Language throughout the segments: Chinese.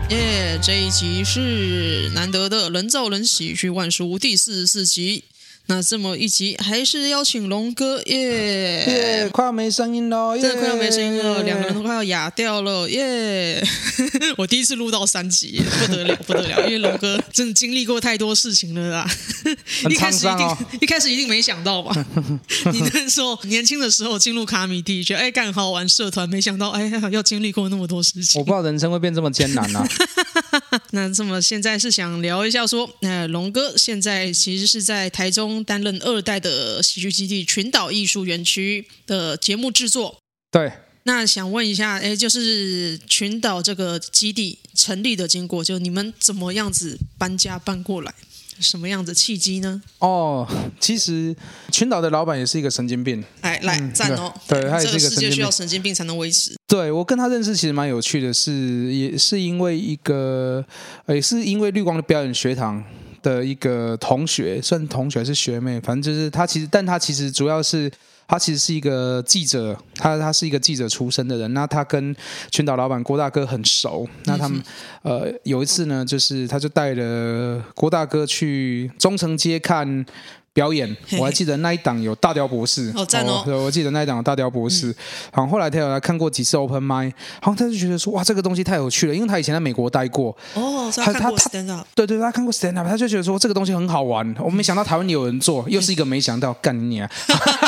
这一集是难得的人造人喜剧万书第44集。那这么一集还是邀请龙哥耶， 快要没声音了， 真的快要没声音了，两个人都快要哑掉了耶！我第一次录到3集，不得了不得了，因为龙哥真的经历过太多事情了啦。一开始一定没想到吧？你那时候年轻的时候进入卡米蒂，觉得干好玩社团，没想到要经历过那么多事情。 我不知道人生会变这么艰难啊。 那这么现在是想聊一下说，龙哥现在其实是在台中担任2代的喜剧基地群岛艺术园区的节目制作。 对， 那想问一下，就是群岛这个基地成立的经过，就你们怎么样子搬家搬过来？什么样的契机呢？ 其实群岛的老板也是一个神经病。 来赞哦！ 对，他也是一个神经病。 这个世界需要神经病才能维持。 对，我跟他认识其实蛮有趣的也是因为也是因为绿光的表演学堂的一个同学，算同学还是学妹，反正就是他其实主要是。他其实是一个记者，他是一个记者出身的人。那他跟群岛老板郭大哥很熟。那他们有一次呢，就是他就带了郭大哥去中城街看表演。我还记得那一档有大雕博士， 赞哦！ 我记得那一档有大雕博士。然后后来他有来看过几次 open mic， 然后他就觉得说哇，这个东西太有趣了，因为他以前在美国待过。 所以他看过 stand up。 对，他看过 stand up， 他就觉得说这个东西很好玩。我没想到台湾有人做，又是一个没想到，干你啊！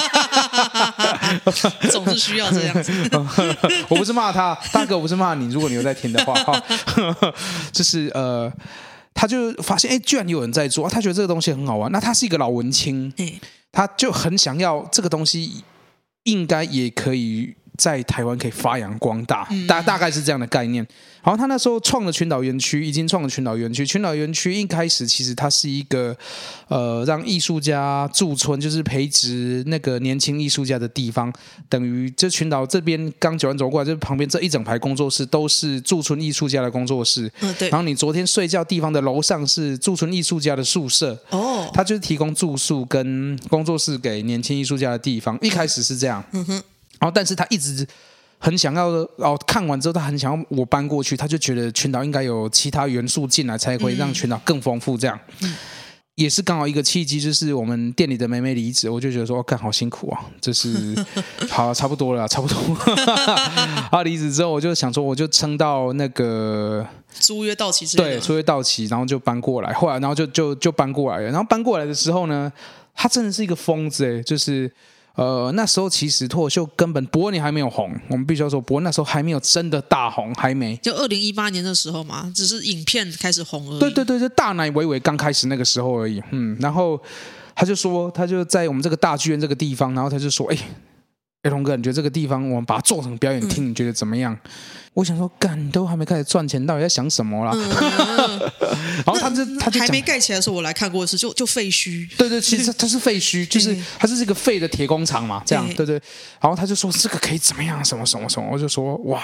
总是需要这样子。 我不是骂他，大哥，我不是骂你。如果你有在听的话，就是他就发现居然有人在做，他觉得这个东西很好玩。那他是一个老文青，他就很想要这个东西，应该也可以在台湾可以发扬光大，大概是这样的概念。然后他那时候创了群岛园区，已经创了群岛园区。群岛园区一开始其实它是一个让艺术家驻村，就是培植那个年轻艺术家的地方。等于这群岛这边刚九弯走过来，这旁边这一整排工作室都是驻村艺术家的工作室。 对。 然后你昨天睡觉地方的楼上是驻村艺术家的宿舍。他就是提供住宿跟工作室给年轻艺术家的地方。一开始是这样。然后但是他一直很想要看完之后他很想要我搬过去，他就觉得群岛应该有其他元素进来才会让群岛更丰富这样。也是刚好一个契机，就是我们店里的妹妹离职，我就觉得说干好辛苦啊，就是好差不多了，差不多。他离职之后我就想说我就撑到那个租约到期之类的。 对，租约到期然后就搬过来，后来然后就搬过来了。然后搬过来的时候呢，他真的是一个疯子就是那时候其实脱口秀根本伯恩还没有红，我们必须要说伯恩那时候还没有真的大红，还没就2018年的时候嘛，只是影片开始红而已。 对，就大奶伟伟刚开始那个时候而已。然后他就说他就在我们这个大剧院这个地方，然后他就说龙哥，你觉得这个地方我们把它做成表演厅，你觉得怎么样？我想说干，你都还没开始赚钱，到底在想什么啦？然后他就还没盖起来的时候，我来看过一次，就废墟。 对，其实它是废墟，就是它是这个废的铁工厂嘛，这样对。然后他就说这个可以怎么样，什么，我就说哇，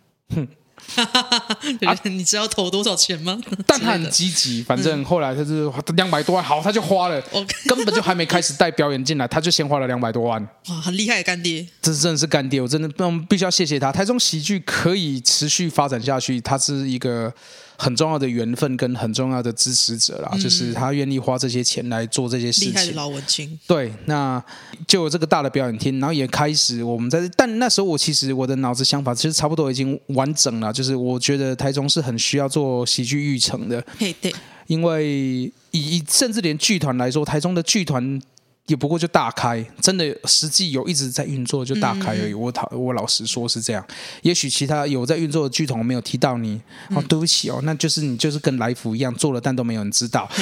你知道投多少钱吗？ 但他很积极，反正后来他是200多万，好，他就花了，根本就还没开始带表演进来，他就先花了200多万。 哇，很厉害的干爹！ 这真的是干爹，我真的必须要谢谢他。台中喜剧可以持续发展下去，他是一个很重要的缘分跟很重要的支持者啦，就是他愿意花这些钱来做这些事情。 厉害的老文青。 对，那就有这个大的表演厅，然后也开始我们但那时候其实我的脑子想法其实差不多已经完整了，就是我觉得台中是很需要做喜剧育成的。 对， 因为甚至连剧团来说，台中的剧团也不过就大开，真的实际有一直在运作就大开而已。我老实说是这样，也许其他有在运作的剧团我没有提到你，对不起那就是你就是跟来福一样做了，但都没有人知道。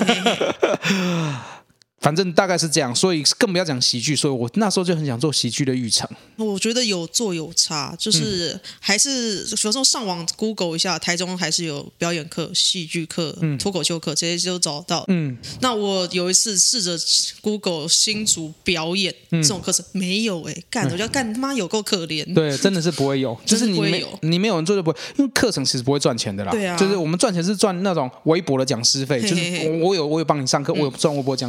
反正大概是这样，所以更不要讲喜剧，所以我那时候就很想做喜剧的育成。 我觉得有做有差，就是还是比如说上网 Google 一下，台中还是有表演课、戏剧课、脱口秀课，这些都找到。那我有一次试着 Google 新竹表演这种课程，没有我觉得干他妈有够可怜。 对，真的是不会有，就是你没有人做就不会，因为课程其实不会赚钱的啦。 对啊， 就是我们赚钱是赚那种微薄的讲师费，就是我有帮你上课，我有赚微薄讲师费。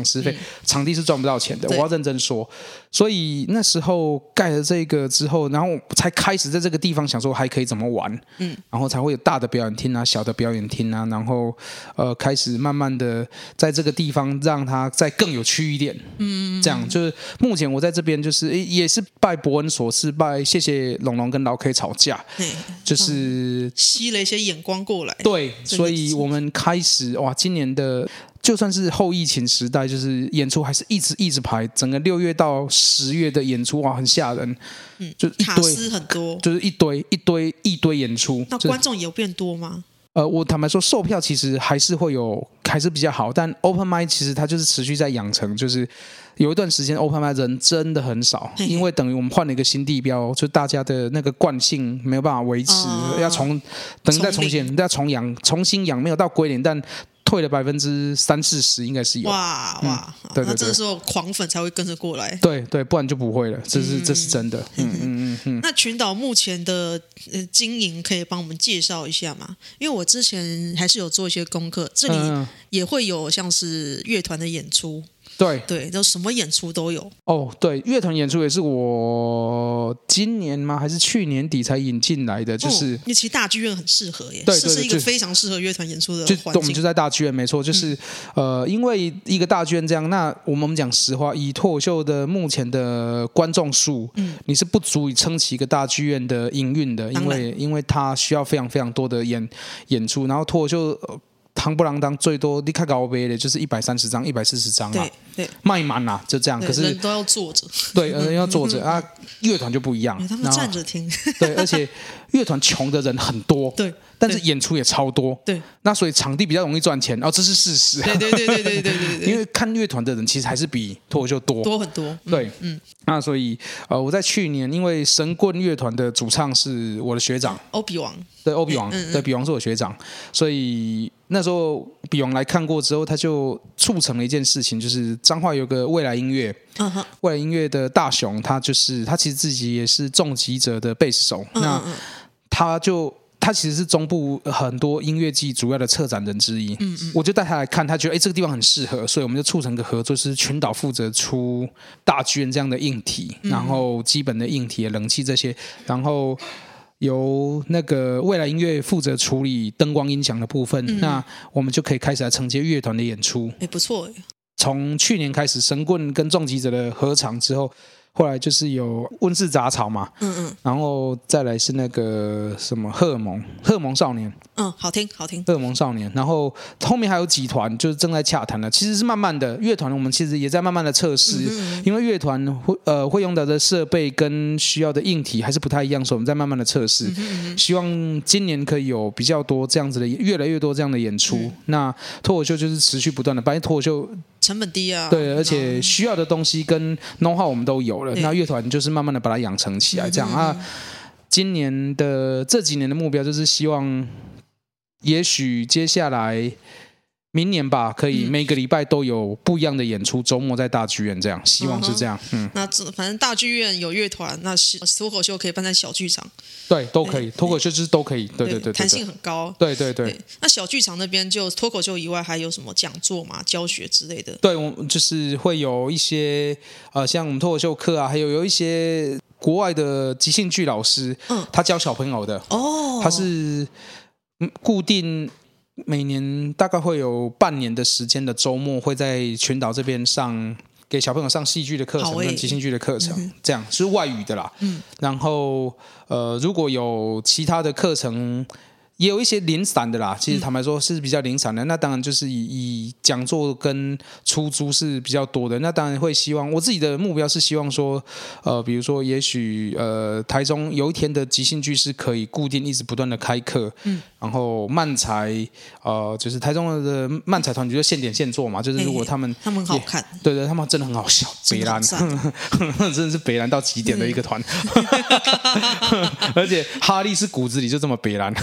场地是赚不到钱的，我要认真说。所以那时候盖了这个之后，然后才开始在这个地方想说还可以怎么玩，然后才会有大的表演厅啊、小的表演厅啊，然后开始慢慢的在这个地方让它再更有趣一点，这样就是目前我在这边就是也是拜伯恩所赐，谢谢龙龙跟老 K 吵架，就是吸了一些眼光过来， 对，所以我们开始今年的。就算是后疫情时代，就是演出还是一直排，整个6月到10月的演出很吓人，就一堆卡司很多， 就是一堆演出。 那观众有变多吗？ 我坦白说，售票其实还是比较好，但 Open Mic 其实它就是持续在养成，就是有一段时间 Open Mic 人真的很少，因为等于我们换了一个新地标，就大家的那个惯性没有办法维持，要等再重新再重新养，没有到归零，但。退了30-40%，应该是有。 哇， 对， 那这个时候狂粉才会跟着过来。 对，不然就不会了，这是真的。 那群岛目前的经营可以帮我们介绍一下吗？因为我之前还是有做一些功课，这里也会有像是乐团的演出。对，就什么演出都有。 对，乐团演出也是我今年吗？还是去年底才引进来的？就是因为其实大剧院很适合耶， 对， 这是一个非常适合乐团演出的环境。 我们就在大剧院，没错，就是因为一个大剧院这样，那我们讲实话，以脱口秀的目前的观众数，你是不足以撑起一个大剧院的营运的，因为它需要非常非常多的演出，然后脱口秀。夯不啷当最多你看高杯的就是130张、140张啊， 对， 卖满啦，就这样。可是人都要坐着， 对，人要坐着啊。乐团就不一样， 他们站着听。 对，而且乐团穷的人很多， 对， 但是演出也超多， 对。 那所以场地比较容易赚钱，这是事实。 对， 因为看乐团的人其实还是比脱口秀多很多。 对，那所以我在去年因为神棍乐团的主唱是我的学长欧比王， 对，欧比王，对，比王是我学长，所以那时候比王来看过之后，他就促成了一件事情，就是彰化有个未来音乐，未来音乐的大雄，他其实自己也是重击者的贝斯手，那他其实是中部很多音乐季主要的策展人之一，我就带他来看，他觉得这个地方很适合，所以我们就促成个合作，是群岛负责出大剧院这样的硬体，然后基本的硬体、冷气这些，然后由那个未来音乐负责处理灯光音响的部分，那我们就可以开始来承接乐团的演出。 不错耶。 从去年开始，神棍跟重击者的合场之后。后来就是有温室杂草嘛，然后再来是那个什么荷尔蒙少年， 好听， 荷尔蒙少年，然后后面还有几团就是正在洽谈的，其实是慢慢的乐团，我们其实也在慢慢的测试，因为乐团会用到的设备跟需要的硬体还是不太一样，所以我们在慢慢的测试，希望今年可以有比较多这样子的越来越多这样的演出，那脱口秀就是持续不断的，反正脱口秀成本低啊， 对，而且需要的东西跟 know-how 我们都有了，那乐团就是慢慢的把它养成起来，这样啊。今年的这几年的目标就是希望，也许接下来明年吧，可以每个礼拜都有不一样的演出，周末在大剧院这样，希望是这样。 那反正大剧院有乐团，那脱口秀可以办在小剧场， 对，都可以，脱口秀就是都可以，对， 弹性很高。 对。 那小剧场那边就脱口秀以外还有什么讲座嘛、教学之类的？ 对，我就是会有一些像我们脱口秀课啊，还有一些国外的即兴剧老师，他教小朋友的他是固定。每年大概会有半年的时间的周末，会在群岛这边给小朋友上戏剧的课程跟即兴剧的课程，这样是外语的啦。然后如果有其他的课程。也有一些零散的啦，其实坦白说是比较零散的。那当然就是以讲座跟出租是比较多的。那当然会希望我自己的目标是希望说，比如说也许台中有一天的即兴剧是可以固定一直不断的开课，然后漫才就是台中的漫才团就是现点现做嘛，就是如果他们很好看， 对，他们真的很好笑，北兰真的是北兰到极点的一个团，而且哈利是骨子里就这么北兰。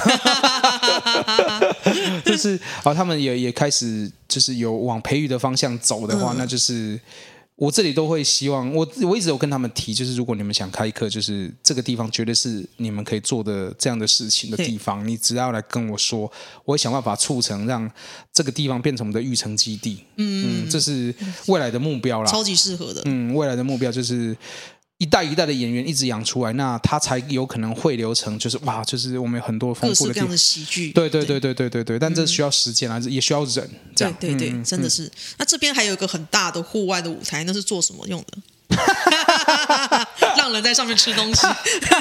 就是他们也开始就是有往培育的方向走的话，那就是我这里都会希望我一直有跟他们提，就是如果你们想开课，就是这个地方绝对是你们可以做的这样的事情的地方，你只要来跟我说，我会想办法促成让这个地方变成我们的育成基地。这是未来的目标啦， 超级适合的。 未来的目标就是一代一代的演员一直养出来，那他才有可能汇流成就是哇，就是我们有很多丰富的各式各样的喜剧。 对，但这需要时间啊，也需要人。这样对，真的是。那这边还有一个很大的户外的舞台，那是做什么用的？让人在上面吃东西。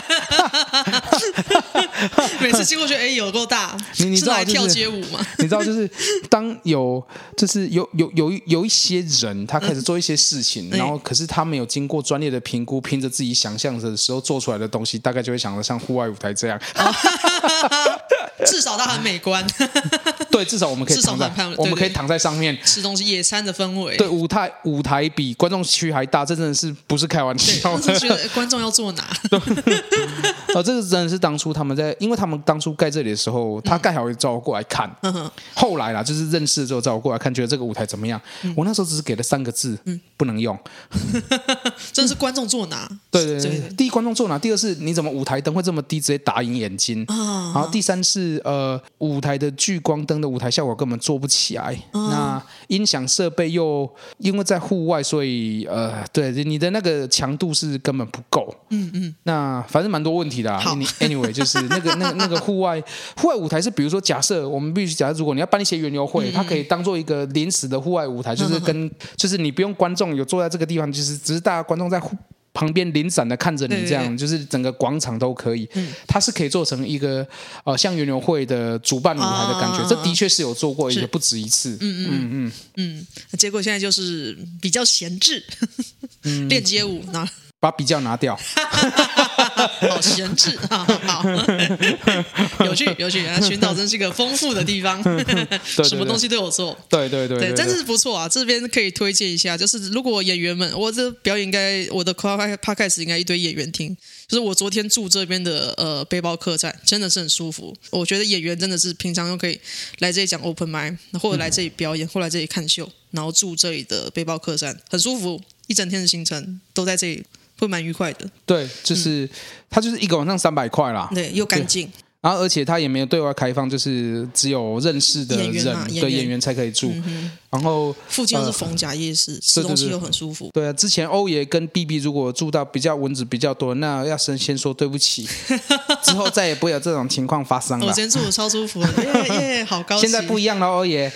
每次经过觉得有够大， 你知道、 是来跳街舞吗？ 你知道就是当有一些人他开始做一些事情，然后可是他没有经过专业的评估，凭着自己想象的时候做出来的东西，大概就会想得像户外舞台这样。 至少它很美观。 对，至少我们可以躺在上面吃东西，野餐的氛围。 对，舞台比观众区还大，这真的是不是开玩笑的。 我觉得观众要坐哪？ 这个真的是当初他们因为他们当初盖这里的时候，他盖好就找我过来看。后来啦，就是认识之后找我过来看，觉得这个舞台怎么样？我那时候只是给了3个字，不能用。 真的是观众坐哪？ 对，第一观众坐哪，第二是你怎么舞台灯会这么低，直接打赢眼睛。然后第三是舞台的聚光灯的舞台效果根本做不起来。那音响设备又因为在户外，所以对你的那个强度是根本不够。那反正蛮多问题的。Anyway， 就是那个户外舞台是，比如说假设我们必须如果你要办一些园游会，它可以当做一个临时的户外舞台，就是你不用观众有坐在这个地方，就是只是大家观众在旁边零散的看着你，这样就是整个广场都可以。它是可以做成一个像园游会的主办舞台的感觉。这的确是有做过，也不止一次。 结果现在就是比较闲置，练街舞把比较拿掉。 好闲置啊！好，有趣。群岛真是一个丰富的地方，什么东西都有做。 对， 真是不错啊！这边可以推荐一下，就是如果演员们，我这表演我的 podcast 应该一堆演员听。就是我昨天住这边的背包客栈，真的是很舒服。我觉得演员真的是平常都可以来这里讲 open mic， 或者来这里表演，或来这里看秀，然后住这里的背包客栈，很舒服，一整天的行程都在这里。会蛮愉快的。 对，就是它就是一个晚上300块啦。 对，又干净。 然后而且它也没有对外开放，就是只有认识的演员才可以住。然后附近又是逢甲夜市，吃东西又很舒服。 对啊，之前欧爷跟 BB 如果住到比较蚊子比较多，那要先说对不起，之后再也不会有这种情况发生了。 我今天住的超舒服，耶，好高兴。 现在不一样了，欧爷。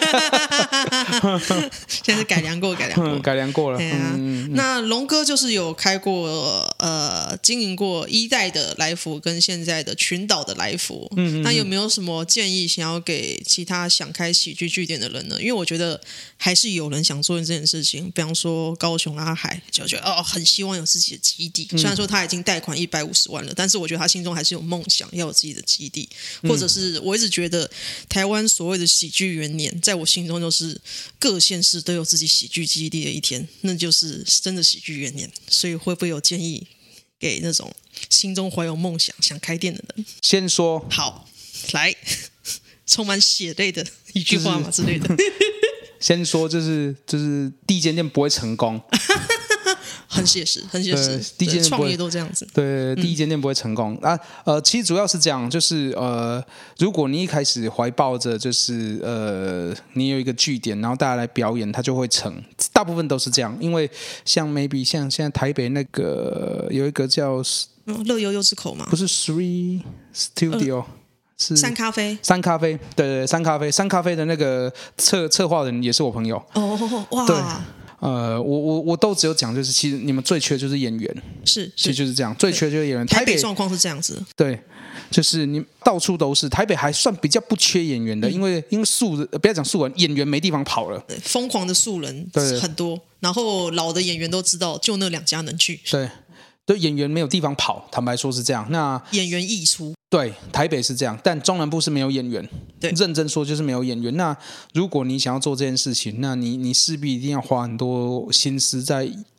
现在是改良过了。那龙哥就是有开过经营过1代的来福跟现在的群岛的来福。那有没有什么建议想要给其他想开喜剧据点的人呢？因为我觉得还是有人想做这件事情，比方说高雄阿海就觉得很希望有自己的基地。虽然说他已经贷款150万了，但是我觉得他心中还是有梦想要有自己的基地。或者是我一直觉得台湾所谓的喜剧元年，在我心中就是各县市都有自己喜剧基地的一天，那就是真的喜剧元年。所以会不会有建议给那种心中怀有梦想想开店的人？ 先说好，来，充满血泪的一句话嘛之类的。 先说就是第一间店不会成功。 很写实。第一间创业都这样子。 对，第一间店不会成功啊。其实主要是这样，就是如果你一开始怀抱着就是你有一个据点，然后大家来表演，它就会成。大部分都是这样，因为像 maybe 像现在台北那个有一个叫乐悠悠之口嘛， 不是 Three Studio。是三咖啡， 对，三咖啡的那个策划人也是我朋友。 哇， 对，我都只有讲，就是其实你们最缺就是演员， 其实就是这样，最缺就是演员。 台北状况是这样子， 对，就是你到处都是，台北还算比较不缺演员的，因为不要讲素人，演员没地方跑了， 疯狂的素人很多，然后老的演员都知道，就那2家能去， 对，演员没有地方跑，坦白说是这样。那演员溢出， 对，台北是这样，但中南部是没有演员。对，认真说就是没有演员。那如果你想要做这件事情，那你势必一定要花很多心思在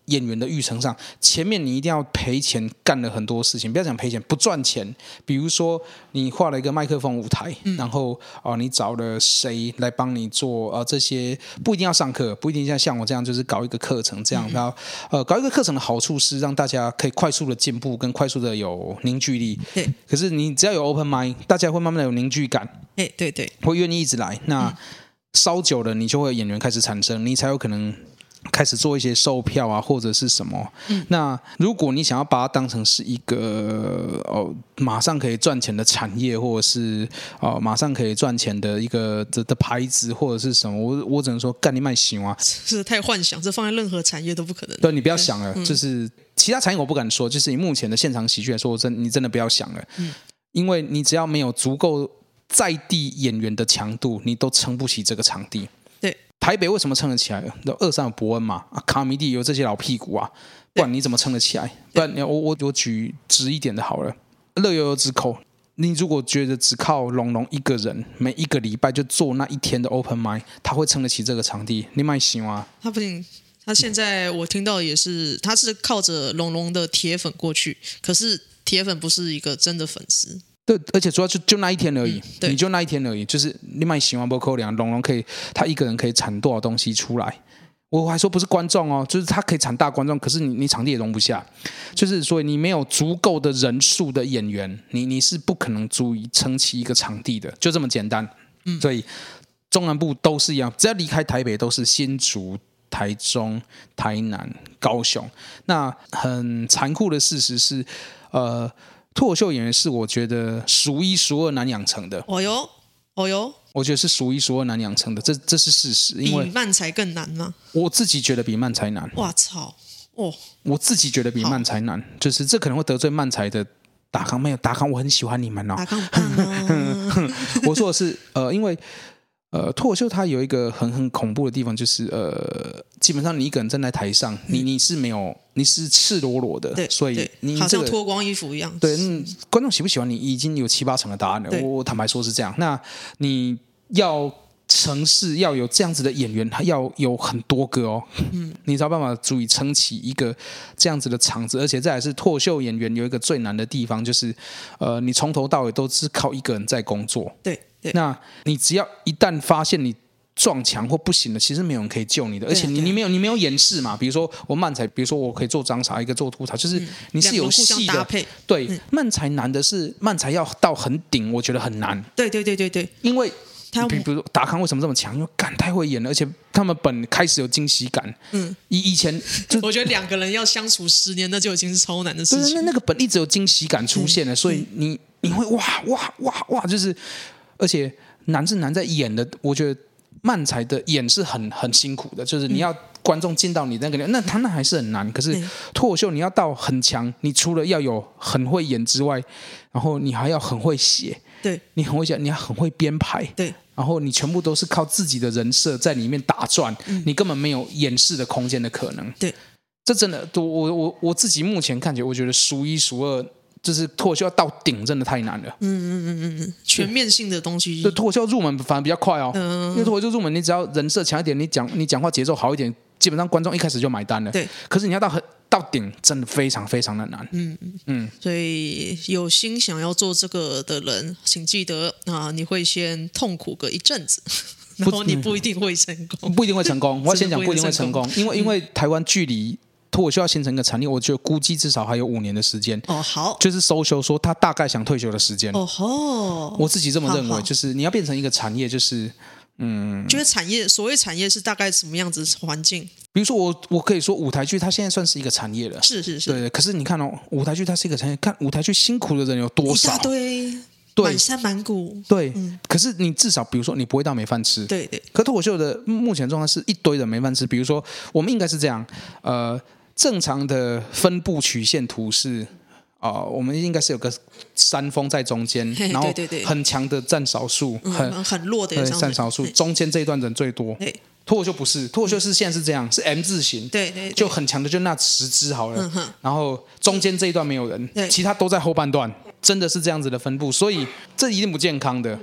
演员的育成上，前面你一定要赔钱干了很多事情，不要讲赔钱，不赚钱。比如说你画了一个麦克风舞台，然后你找了谁来帮你做这些，不一定要上课，不一定像我这样就是搞一个课程这样。然后搞一个课程的好处是让大家可以快速的进步，跟快速的有凝聚力。 对。 可是你只要有 open mind， 大家会慢慢的有凝聚感。 对对， 会愿意一直来。那烧久了，你就会有演员开始产生，你才有可能开始做一些售票啊，或者是什么。那如果你想要把它当成是一个马上可以赚钱的产业，或者是马上可以赚钱的一个的牌子，或者是什么，我只能说干你卖行啊！ 是太幻想，这放在任何产业都不可能。 对，你不要想了，就是其他产业我不敢说，就是以目前的现场喜剧来说，你真的不要想了，因为你只要没有足够在地演员的强度，你都撑不起这个场地。 对， 台北为什么撑得起来？二三有伯恩嘛，卡米蒂有这些老屁股啊，不然你怎么撑得起来？不然我举直一点的好了，乐悠悠之口，你如果觉得只靠龙龙一个人，每一个礼拜就做那一天的 open mic， 他会撑得起这个场地？你买行吗？ 他不行。他现在我听到也是，他是靠着龙龙的铁粉过去，可是铁粉不是一个真的粉丝。 对，而且主要就那一天而已，你就那一天而已，就是你买喜欢不扣粮，龙龙可以，他一个人可以产多少东西出来？我还说不是观众哦，就是他可以产大观众，可是你场地也容不下，就是所以你没有足够的人数的演员，你是不可能足以撑起一个场地的，就这么简单。所以中南部都是一样，只要离开台北都是新竹、台中、台南、高雄。那很残酷的事实是，脱口秀演员是我觉得数一数二难养成的。 哦哟， 我觉得是数一数二难养成的，这是事实。因为比漫才更难吗？ 我自己觉得比漫才难。 哇操！哦， 我自己觉得比漫才难，就是这可能会得罪漫才的达康，没有达康，我很喜欢你们哦。 达康棒我说的是因为脱口秀它有一个很恐怖的地方，就是基本上你一个人站在台上，你是赤裸裸的， 对， 所以你好像脱光衣服一样。 对，观众喜不喜欢你已经有7-8成的答案了。我坦白说是这样。那你要城市要有这样子的演员，他要有很多个哦，你才有办法足以撑起一个这样子的场子。而且再来是脱口秀演员有一个最难的地方，就是你从头到尾都是靠一个人在工作。 对。 那你只要一旦发现你撞墙或不行了，其实没有人可以救你的，而且你没有掩饰嘛。比如说我漫才，比如说我可以做张茶，一个做吐槽，就是你是有戏的。对，漫才难的是漫才要到很顶，我觉得很难。 对， 因为比如说达康为什么这么强？因为干太会演了，而且他们本开始有惊喜感。以前我觉得2个人要相处10年，那就已经是超难的事情。 对，那个本一直有惊喜感出现了，所以你会哇，就是。而且难是难在演的，我觉得漫才的演是很辛苦的，就是你要观众进到你那个那他那还是很难。可是脱口秀你要到很强，你除了要有很会演之外，然后你还要很会写， 对，你很会写，你还很会编排， 对， 然后你全部都是靠自己的人设在里面打转，你根本没有掩饰的空间的可能。 对， 这真的我自己目前看起来，我觉得数一数二。就是脱口秀要到顶真的太难了。 全面性的东西。 对，脱口秀入门反而比较快哦。因为脱口秀入门，你只要人设强一点，你讲话节奏好一点，基本上观众一开始就买单了。 对。 可是你要到顶，真的非常非常的难。 所以有心想要做这个的人，请记得你会先痛苦个一阵子。然后你不一定会成功。 不一定会成功。我要先讲不一定会成功，因为台湾距离。脱口秀要形成一个产业，我觉得估计至少还有5年的时间。 好， 就是social说他大概想退休的时间。我自己这么认为，就是你要变成一个产业，就是觉得所谓产业是大概什么样子的环境？ 比如说我可以说舞台剧，它现在算是一个产业了。 是， 对。可是你看哦，舞台剧它是一个产业，看舞台剧辛苦的人有多少？ 一大堆。满山满谷。 对。可是你至少比如说你不会到没饭吃。 对。 可脱口秀的目前状态是一堆人没饭吃。比如说我们应该是这样，正常的分布曲线图是我们应该是有个山峰在中间，然后很强的占少数， 很弱的占少数，中间这一段人最多。脱口秀不是，脱口秀是现在是这样，是 M 字形， 对， 就很强的就那10支好了，然后中间这一段没有人，其他都在后半段，真的是这样子的分布，所以这一定不健康的。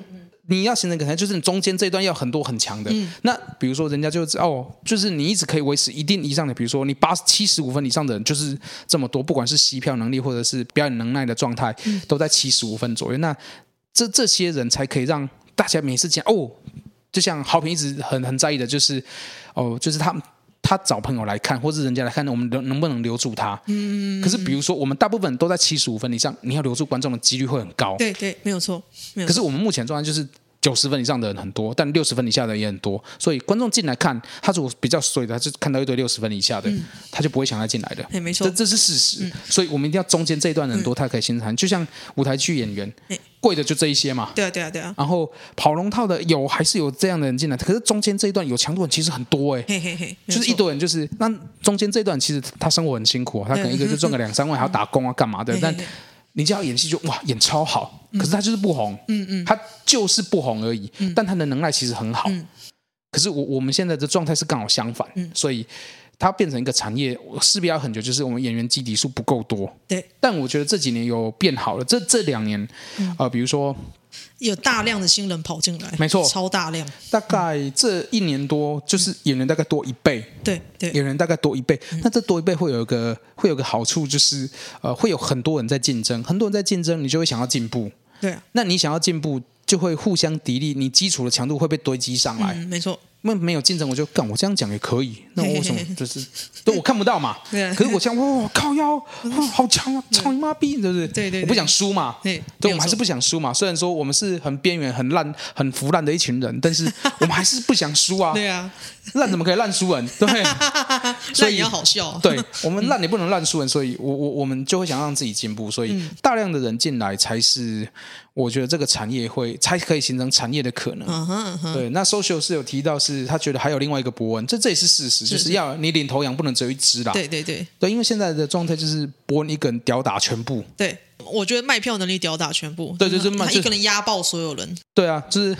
你要形成一个产业，就是你中间这一段要很多很强的。那比如说人家就就是你一直可以维持一定以上的，比如说你75分以上的人就是这么多，不管是吸票能力或者是表演能耐的状态，都在75分左右。那这些人才可以让大家每次见就像好评一直很在意的，就是就是他找朋友来看，或者人家来看，我们能不能留住他？可是比如说我们大部分人都在75分以上，你要留住观众的几率会很高。 对，没有错。 可是我们目前状态就是90分以上的人很多，但60分以下的人也很多，所以观众进来看，他如果比较衰的，他就看到一堆60分以下的，他就不会想再进来的。 没错， 这是事实。所以我们一定要中间这一段人多，他可以形成，就像舞台剧演员。贵的就这一些嘛， 对啊。 然后跑龙套的还是有这样的人进来，可是中间这一段有强度人其实很多就是一堆人，就是那中间这一段其实他生活很辛苦他可能一个就赚个2-3万，还要打工啊干嘛的，但你叫他演戏就演超好，可是他就是不红，他就是不红而已，但他的能耐其实很好，可是我们现在的状态是刚好相反，所以它变成一个产业，势必要很久，就是我们演员基底数不够多。 对， 但我觉得这几年有变好了。这2年，比如说有大量的新人跑进来， 没错， 超大量。 大概这1年多，就是演员大概多1倍。 对， 演员大概多1倍。那这多1倍会有个好处，就是会有很多人在竞争，很多人在竞争，你就会想要进步。 对啊， 那你想要进步，就会互相砥砺，你基础的强度会被堆积上来。 没错。 没有竞争，我就干。我这样讲也可以，那我为什么就是对我看不到嘛？可是我这样靠腰，好强啊，操你妈逼，对不对？ 对， 我不想输嘛。对，我们还是不想输嘛。虽然说我们是很边缘、很烂、很腐烂的一群人，但是我们还是不想输啊。 对啊， 烂怎么可以烂输人？对， 所以也要好笑。 对，我们烂也不能烂输人，所以我们就会想让自己进步，所以大量的人进来才是。我觉得这个产业才可以形成产业的可能。对，那 social 是有提到是他觉得还有另外一个伯恩，这也是事实，就是要你领头羊不能只有一只啦。 对， 因为现在的状态就是伯恩一个人吊打全部。 对，我觉得卖票能力吊打全部。 对， 他一个人压爆所有人。 对啊，就是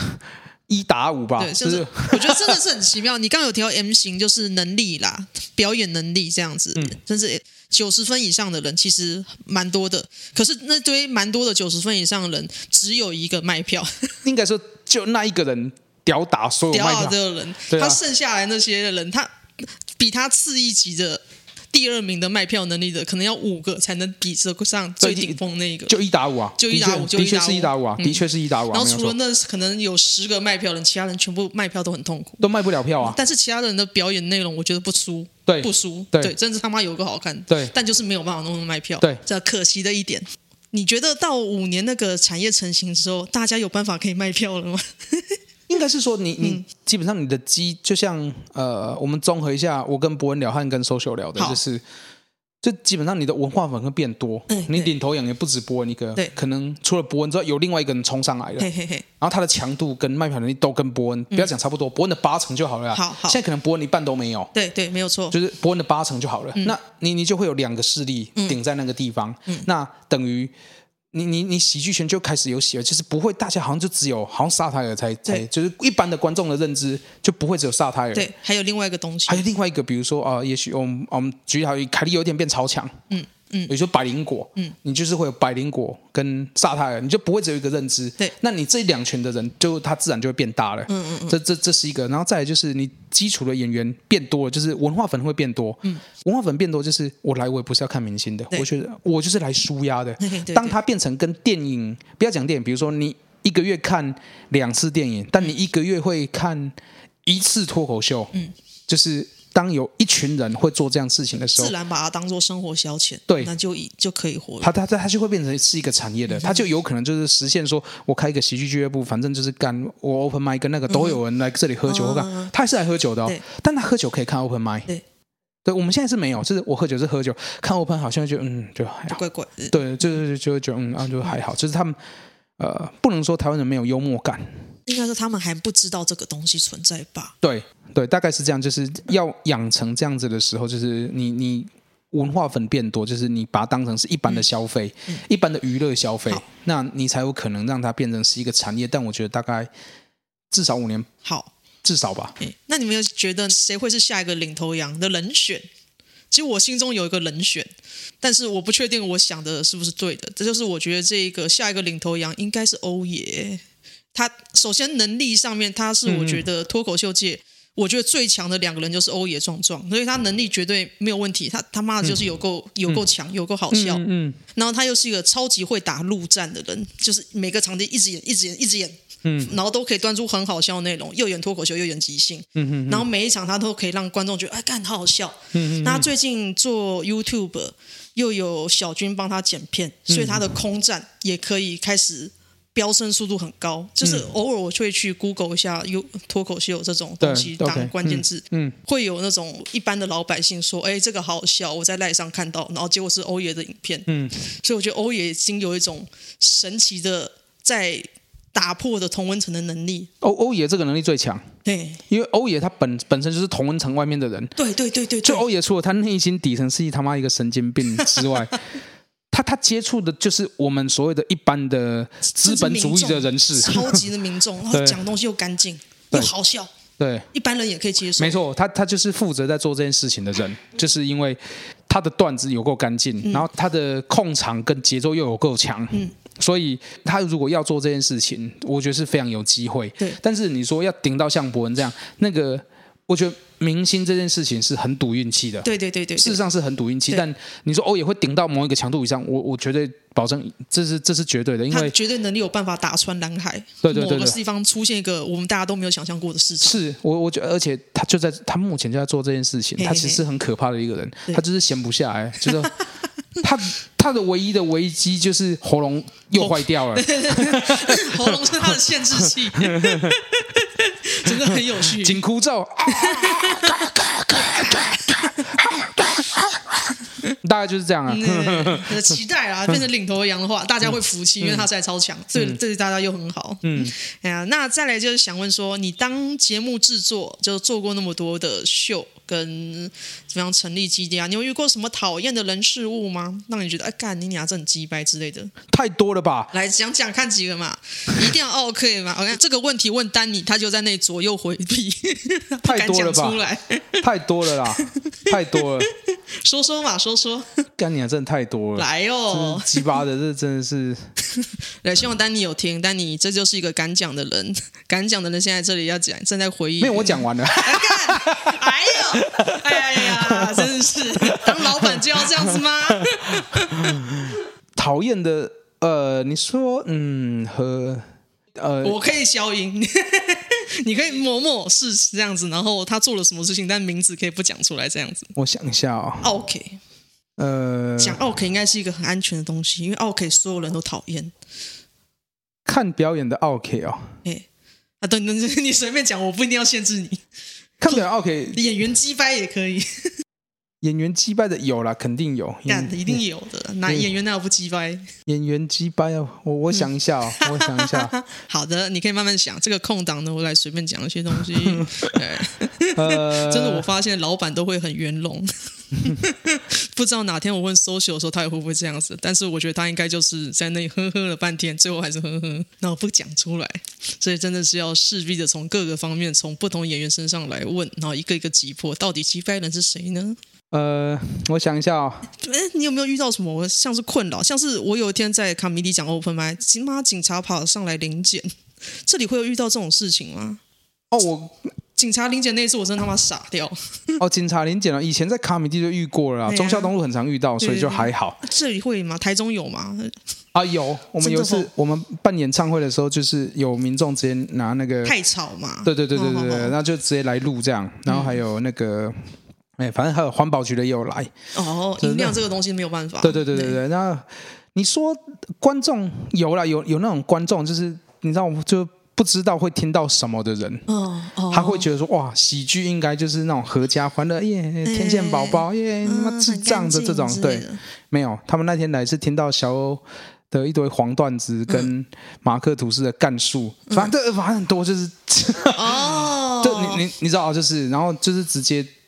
1打5吧。 对，就是我觉得真的是很奇妙。你刚刚有提到 M 型，就是能力啦，表演能力这样子，真是。90分以上的人其实蛮多的，可是那堆蛮多的90分以上的人，只有一个卖票。 应该说，就那一个人吊打所有卖票的人，他剩下来那些人，他比他次一级的第2名的卖票能力的，可能要5个才能比得上最顶峰那一个。 就1打5啊， 就1打5， 的确是1打5啊，的确是1打5啊。 然后除了那可能有10个卖票人，其他人全部卖票都很痛苦， 都卖不了票啊。 但是其他人的表演内容，我觉得不输。不输，对，真是他妈有个好看， 对， 但就是没有办法弄卖票， 对， 这可惜的一点。你觉得到5年那个产业成型之后，大家有办法可以卖票了吗？ 应该是说你基本上你的就像我们综合一下，我跟伯恩聊和跟 social 聊的，就基本上你的文化粉会变多，你领头羊也不止伯恩一个，可能除了伯恩之外，有另外一个人冲上来了，然后他的强度跟卖票能力都跟伯恩不要讲差不多，伯恩的8成就好了。 好， 现在可能伯恩一半都没有， 对，没有错， 就是伯恩的8成就好了。那你就会有2个势力顶在那个地方，那等于。你喜剧圈就开始有喜了，就是不会大家好像就只有好像萨泰尔才就是一般的观众的认知就不会只有萨泰尔。 对，还有另外一个东西， 还有另外一个，比如说也许我们举例好，凯莉有点变超强，比如说百灵果，你就是会有百灵果跟萨泰尔，你就不会只有一个认知。 对， 那你这2群的人他自然就会变大了。这是一个，然后再来就是你基础的演员变多了，就是文化粉会变多。文化粉变多，就是我也不是要看明星的，我觉得我就是来抒压的。当它变成跟电影，不要讲电影，比如说你1个月看2次电影，但你1个月会看1次脱口秀，就是。当有一群人会做这样事情的时候， 自然把它当做生活消遣， 对， 那就可以活了。 它就会变成是一个产业的，它就有可能就是实现说，我开一个喜剧俱乐部，反正就是干我 open mic 跟那个都有人来这里喝酒，我干，他还是来喝酒的但他喝酒可以看 open mic，对，我们现在是没有，就是我喝酒是喝酒，看 open 好像就还好， 怪怪， 对，就觉得就还好，就是他们不能说台湾人没有幽默感。 应该说他们还不知道这个东西存在吧？ 对，大概是这样。就是要养成这样子的时候，就是你文化粉变多，就是你把它当成是一般的消费，一般的娱乐消费，那你才有可能让它变成是一个产业。但我觉得大概至少5年， 好， 至少吧。 那你们有觉得谁会是下一个领头羊的人选？其实我心中有一个人选，但是我不确定我想的是不是对的。这就是我觉得这个下一个领头羊应该是欧爷。 他首先能力上面，他是我觉得脱口秀界。我觉得最强的2个人就是欧野壮壮，所以他能力绝对没有问题。他妈的就是有够强，有够好笑。然后他又是一个超级会打陆战的人，就是每个场地一直演，然后都可以端出很好笑的内容，又演脱口秀又演即兴。然后每一场他都可以让观众觉得哎干好好笑。那他最近做 YouTube 又有小军帮他剪片，所以他的空战也可以开始。飙升速度很高，就是偶尔我会去 Google 一下脱口秀这种东西当关键字，会有那种一般的老百姓说，哎，这个好好笑，我在赖上看到，然后结果是欧爷的影片，所以我觉得欧爷已经有一种神奇的在打破的同温层的能力。 欧爷这个能力最强， 对， 因为欧爷他本身就是同温层外面的人， 对， 就欧爷除了他内心底层是他妈一个神经病之外。他接触的就是我们所谓的一般的资本主义的人士， 超级的民众，然后讲东西又干净又好笑， 对， 一般人也可以接受。 没错，他就是负责在做这件事情的人，就是因为他的段子有够干净，然后他的控场跟节奏又有够强，所以他如果要做这件事情，我觉得是非常有机会。 对， 但是你说要顶到像伯恩这样，那个我觉得。明星这件事情是很赌运气的， 对， 事实上是很赌运气。但你说欧也会顶到某一个强度以上，我绝对保证这是绝对的，因为他绝对能力有办法打穿蓝海， 对， 某个地方出现一个我们大家都没有想象过的市场。 是我觉得，而且他目前就在做这件事情，他其实是很可怕的一个人，他就是闲不下来，就是他的唯一的危机就是喉咙又坏掉了， 喉咙是他的限制器。真的很有趣， 紧箍咒，大概就是这样啊。 期待啊，变成领头羊的话，大家会服气，因为他实在超强，所以对大家又很好。那再来就是想问说，你当节目制作就做过那么多的秀，跟怎么样成立基地啊？你有遇过什么讨厌的人事物吗？让你觉得哎干你俩这很鸡掰之类的？ 太多了吧？ 来讲讲看几个嘛，一定要 OK 嘛。OK， 这个问题问丹尼，他就在那左右回避，不敢讲出来。 太多了啦，太多了。 说嘛，说。 干你俩真的太多了。 来哦， 鸡巴的，这真的是。 对，希望丹尼有听，丹尼这就是一个敢讲的人，敢讲的人现在这里要讲，正在回忆。 没有，我讲完了。 哎呀，真是当老板就要这样子吗？ 讨厌的，你说， 我可以消音，你可以默是这样子，然后他做了什么事情，但名字可以不讲出来，这样子。 我想一下哦。 OK，讲 OK 应该是一个很安全的东西，因为 OK 所有人都讨厌。 看表演的 OK 哦。 等，你随便讲，我不一定要限制你。 看表演 OK， 演员鸡掰也可以。 演员鸡掰的有啦，肯定有， 一定有的。演员哪有不鸡掰？演员鸡掰哦，我想一下哦，我想一下。 好的，你可以慢慢想。这个空档呢，我来随便讲一些东西。真的，我发现老板都会很圆融。不知道哪天我问 social 的时候，他也会不会这样子？但是我觉得他应该就是在那里呵呵了半天，最后还是呵呵，那我不讲出来。所以真的是要势必的从各个方面，从不同演员身上来问，然后一个一个击破，到底击败人是谁呢？ 我想一下哦。 你有没有遇到什么像是困扰？像是我有一天在卡米蒂讲 open mic， 警察跑上来临检，这里会有遇到这种事情吗？警察临检那一次，我真的他妈傻掉。 警察临检了，以前在卡米蒂就遇过了啦，忠孝东路很常遇到，所以就还好。 这里会吗？台中有吗？ 有，我们有一次我们办演唱会的时候，就是有民众直接拿那个太吵嘛， 对，那就直接来录这样，然后还有那个。反正还有环保局的也有来音量这个东西没有办法。 对。那你说观众有啦，有那种观众，就是你知道，就不知道会听到什么的人，他会觉得说哇，喜剧应该就是那种合家欢乐耶，天线宝宝耶，他妈智障的这种，对，没有，他们那天来是听到小欧的一堆黄段子跟马克吐斯的干数，反正很多就是就你知道，就是然后就是直接。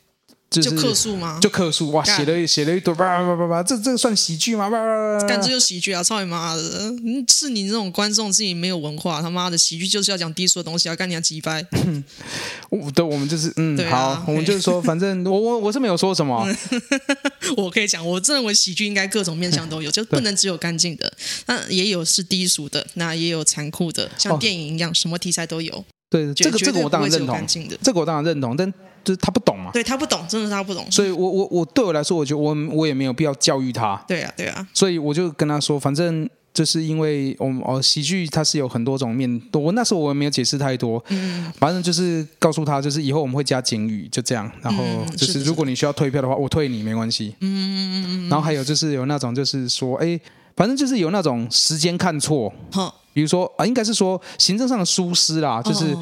就客诉吗？ 就客诉哇，写了一堆叭，这个算喜剧吗？ 干这就喜剧啊！操你妈的！是你这种观众自己没有文化，他妈的喜剧就是要讲低俗的东西，要干你鸡掰。 对，我们就是啊、 好，我们就是说，反正我是没有说什么。 我可以讲，我认为喜剧应该各种面向都有，就不能只有干净的，那也有是低俗的，那也有残酷的，像电影一样，什么题材都有。 对，这个我当然认同，这个我当然认同，但就是他不懂嘛， 对他不懂，真的是他不懂， 所以我对我来说，我觉得我也没有必要教育他， 对啊， 所以我就跟他说，反正就是因为喜剧它是有很多种面，我那时候我也没有解释太多，反正就是告诉他，就是以后我们会加警语，就这样，然后就是如果你需要退票的话，我退你没关系，然后还有就是有那种就是说，反正就是有那种时间看错，比如说应该是说行政上的疏失啦，就是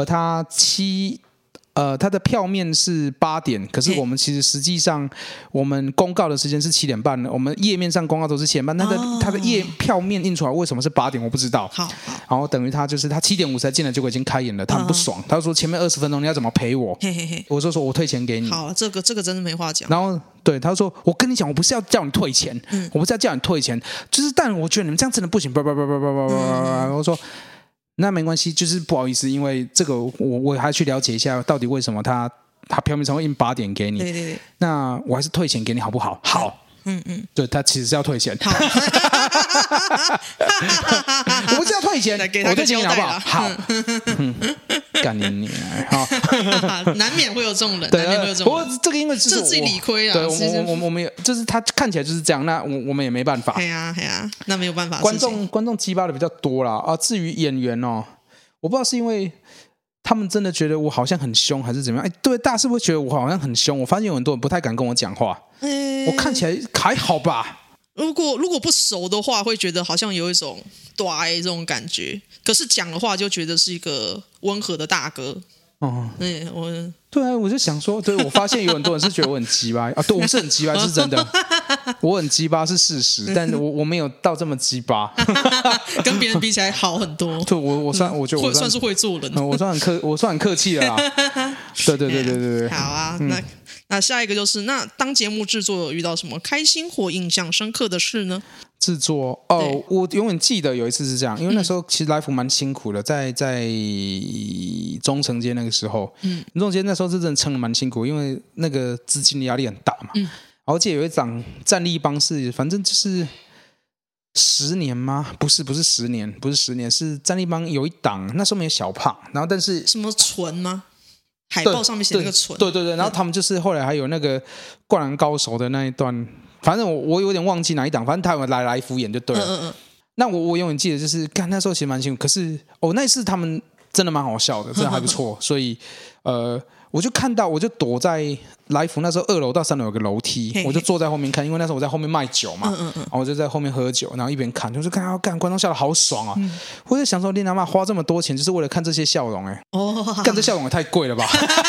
它的票面是8点，可是我们其实实际上我们公告的时间是7点半，我们页面上公告都是7点半，那它的票面印出来为什么是8点我不知道。 好， 然后等于他7点50才进来，结果已经开演了，他很不爽，他就说前面20分钟你要怎么赔我？我就说我退钱给你。 好，这个真的没话讲。 然后对他说我跟你讲，我不是要叫你退钱，我不是要叫你退钱，就是但我觉得你们这样真的不行。我说。那没关系，就是不好意思，因为这个我还去了解一下，到底为什么他票面上会印8点给你。 对， 那我还是退钱给你好不好？好，对他其实是要退钱。好，我不是要退钱，我退钱好不好？好，干你难免会有这种人， 难免会有这种人。不过这个因为这自己理亏啊。 对，我们也就是他看起来就是这样，那我们也没办法。 对啊，那没有办法。 观众鸡巴的比较多啦啊。至于演员我不知道是因为他们真的觉得我好像很凶，还是怎么样？对，大家是不是觉得我好像很凶？我发现有很多人不太敢跟我讲话。我看起来还好吧？ 如果不熟的话，会觉得好像有一种这种感觉。可是讲的话，就觉得是一个温和的大哥。 对啊，我就想说，对，我发现有很多人是觉得我很鸡巴啊，对，我是很鸡巴，是真的，我很鸡巴是事实，但我没有到这么鸡巴， 跟别人比起来好很多。 对，我觉得我算是会做人， 我算很客气了啦。对。 好啊，那下一个就是，那当节目制作有遇到什么开心或印象深刻的事呢？ 制作我永远记得有一次是这样，因为那时候其实来福蛮辛苦的，在中城街那个时候，中城街那时候是真的撑得蛮辛苦，因为那个资金的压力很大嘛。然后我记得有一档战力帮是，反正就是10年吗？不是10年，不是10年，是战力帮有一档，那时候没有小胖，然后但是什么纯吗？海报上面写那个纯， 对，然后他们就是后来还有那个灌篮高手的那一段。反正我有点忘记哪一档，反正他们来敷衍就对了。那我永远记得就是，那时候其实蛮辛苦，可是那次他们真的蛮好笑的，真的还不错。所以我就看到，我就躲在来福那时候2楼到3楼有个楼梯，我就坐在后面看，因为那时候我在后面卖酒嘛，然后我就在后面喝酒，然后一边看，就是看观众笑得好爽啊！我就想说，你他妈花这么多钱，就是为了看这些笑容干这笑容也太贵了吧！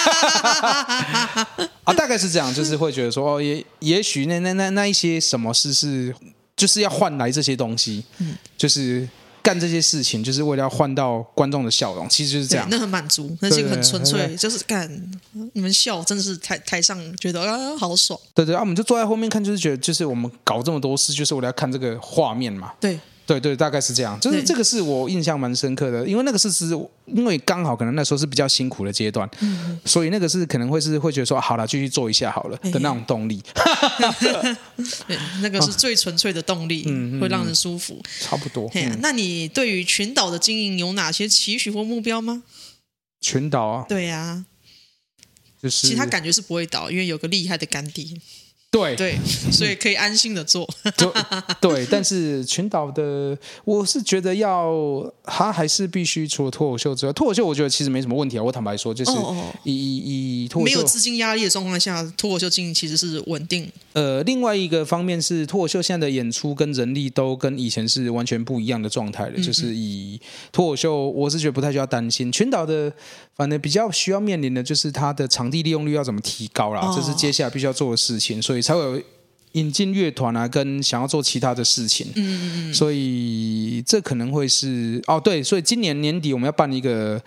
大概是这样，就是会觉得说，也许那一些什么事是，就是要换来这些东西，就是干这些事情，就是为了要换到观众的笑容，其实就是这样。 那很满足，那是一个很纯粹，就是干你们笑，真的是台上觉得好爽。 对，我们就坐在后面看，就是觉得，就是我们搞这么多事，就是为了要看这个画面嘛。对，大概是这样。就是这个是我印象蛮深刻的，因为那个是因为刚好可能那时候是比较辛苦的阶段，所以那个是可能会觉得说，好了，继续做一下好了的那种动力。 对，那个是最纯粹的动力，会让人舒服。 差不多。 那你对于群岛的经营有哪些期许或目标吗？ 群岛啊？ 对啊， 就是其实他感觉是不会倒，因为有个厉害的干爹。 对， 所以可以安心的做。 对，但是群岛的，我是觉得他还是必须除了脱口秀之外，脱口秀我觉得其实没什么问题啊。我坦白说，就是以脱口秀没有资金压力的状况下，脱口秀经营其实是稳定。 另外一个方面是脱口秀现在的演出跟人力都跟以前是完全不一样的状态了。就是以脱口秀，我是觉得不太需要担心。群岛的反正比较需要面临的就是它的场地利用率要怎么提高啦，这是接下来必须要做的事情，所以才会有引进乐团啊，跟想要做其他的事情。所以这可能会是对，所以今年年底我们要办一个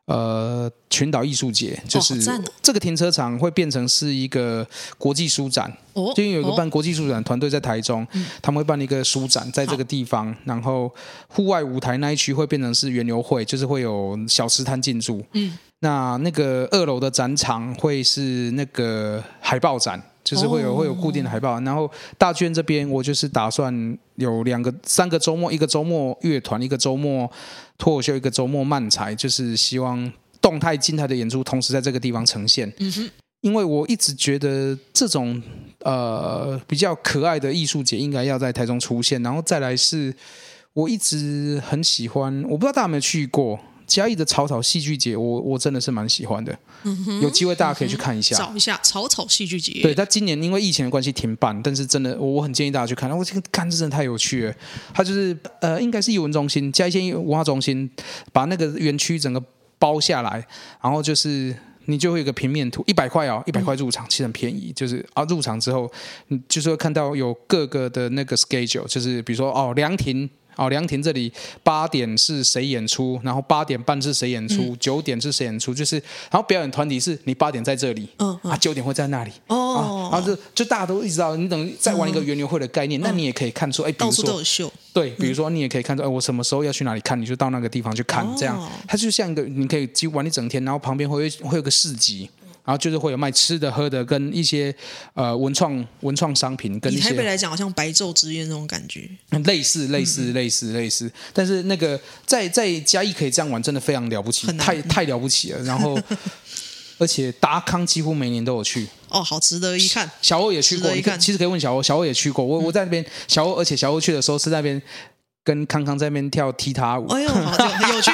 群岛艺术节，就是哦这个停车场会变成是一个国际书展。就因为有个办国际书展团队在台中，他们会办一个书展在这个地方，然后户外舞台那一区会变成是园游会，就是会有小吃摊进驻。那个2楼的展场会是那个海报展。就是会有固定的海报，然后大剧院这边我就是打算有3个周末，一个周末乐团，一个周末脱口秀，一个周末漫才，就是希望动态静态的演出同时在这个地方呈现。因为我一直觉得这种比较可爱的艺术节应该要在台中出现，然后再来是我一直很喜欢，我不知道大家有没有去过嘉义的草草戏剧节，我真的是蛮喜欢的。有机会大家可以去看一下， 找一下草草戏剧节。 对，他今年因为疫情的关系停办，但是真的我很建议大家去看。我看这真的太有趣了。他就是应该是艺文中心嘉义县文化中心把那个园区整个包下来，然后就是你就会有一个平面图，100块哦，100块入场，其实很便宜。就是入场之后，你就是会看到有各个的那个 schedule， 就是比如说凉亭这里8点是谁演出，然后8点半是谁演出，9点是谁演出，就是然后表演团体是你8点在这里，9点会在那里，然后就大家都一直知道，你等于在玩一个园游会的概念，那你也可以看出，比如说到处都有秀， 对，比如说你也可以看出，我什么时候要去哪里看，你就到那个地方去看，这样它就像一个你可以几乎玩一整天，然后旁边会有个市集。然后就是会有卖吃的喝的跟一些文创商品，跟一些以台北来讲好像白昼之夜那种感觉， 类似，但是那个在嘉义可以这样玩真的非常了不起，太了不起了。然后而且达康几乎每年都有去， 好值得一看。 小欧也去过，其实可以问小欧，小欧也去过。我在那边而且小欧去的时候是在那边跟康康在那边跳踢踏舞， 哎呦，好有趣，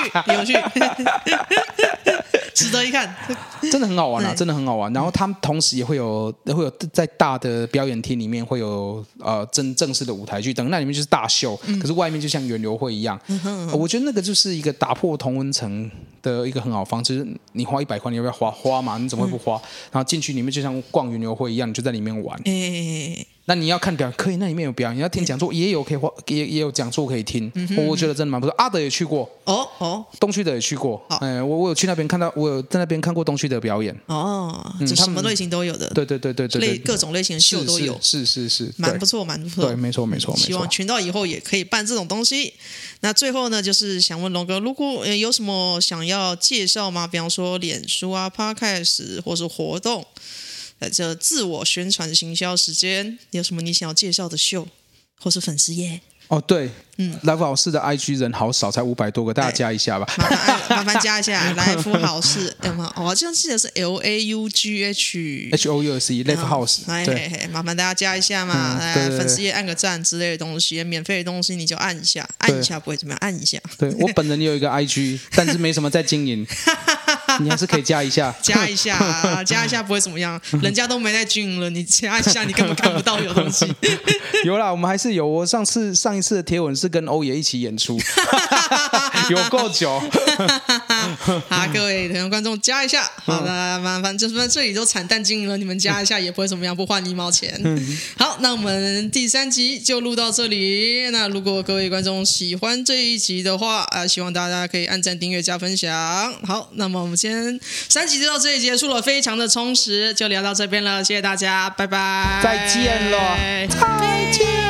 值得一看， 真的很好玩啊，真的很好玩。然后他们同时也会有在大的表演厅里面会有正式的舞台剧，等那里面就是大秀，可是外面就像园游会一样。我觉得那个就是一个打破同温层的一个很好方式。就是你花100块，你要不要花嘛？你怎么会不花？然后进去里面就像逛园游会一样，你就在里面玩。那你要看表演可以，那里面有表演；你要听讲座也有可以也有讲座可以听。我觉得真的蛮不错。阿德也去过，东区的也去过。我有去那边看到，我有在那边看过东区的表演。 就什么类型都有的。 对， 各种类型的秀都有。 是， 蛮不错。 对，没错。 希望群岛以后也可以办这种东西。那最后呢，就是想问龙哥，如果有什么想要介绍吗？比方说脸书啊、Podcast 或是活动。这自我宣传行销时间，有什么你想要介绍的秀或是粉丝页？ 对，Live 好事的 IG 人好少，才500多个，大家加一下吧。 麻烦加一下，Live 好事，我好像记得是 LAUGH HOUSE Live House， 对，麻烦大家加一下嘛，粉丝页按个赞之类的东西，免费的东西你就按一下不会怎么样，按一下。 对，我本人也有一个 IG， 但是没什么在经营。你还是可以加一下， 加一下不会怎么样，人家都没在经营了，你加一下你根本看不到有东西。 有啦，我们还是有。我上一次的贴文是跟欧爷一起演出，有够久。 好，各位观众加一下，好的，麻烦就是这里都惨淡经营了，你们加一下也不会怎么样，不花你1毛钱。好，那我们第3集就录到这里。那如果各位观众喜欢这一集的话，希望大家可以按赞、订阅、加分享。好，那么我们今天3集就到这里结束了，非常的充实，就聊到这边了，谢谢大家，拜拜， 再见了，再见。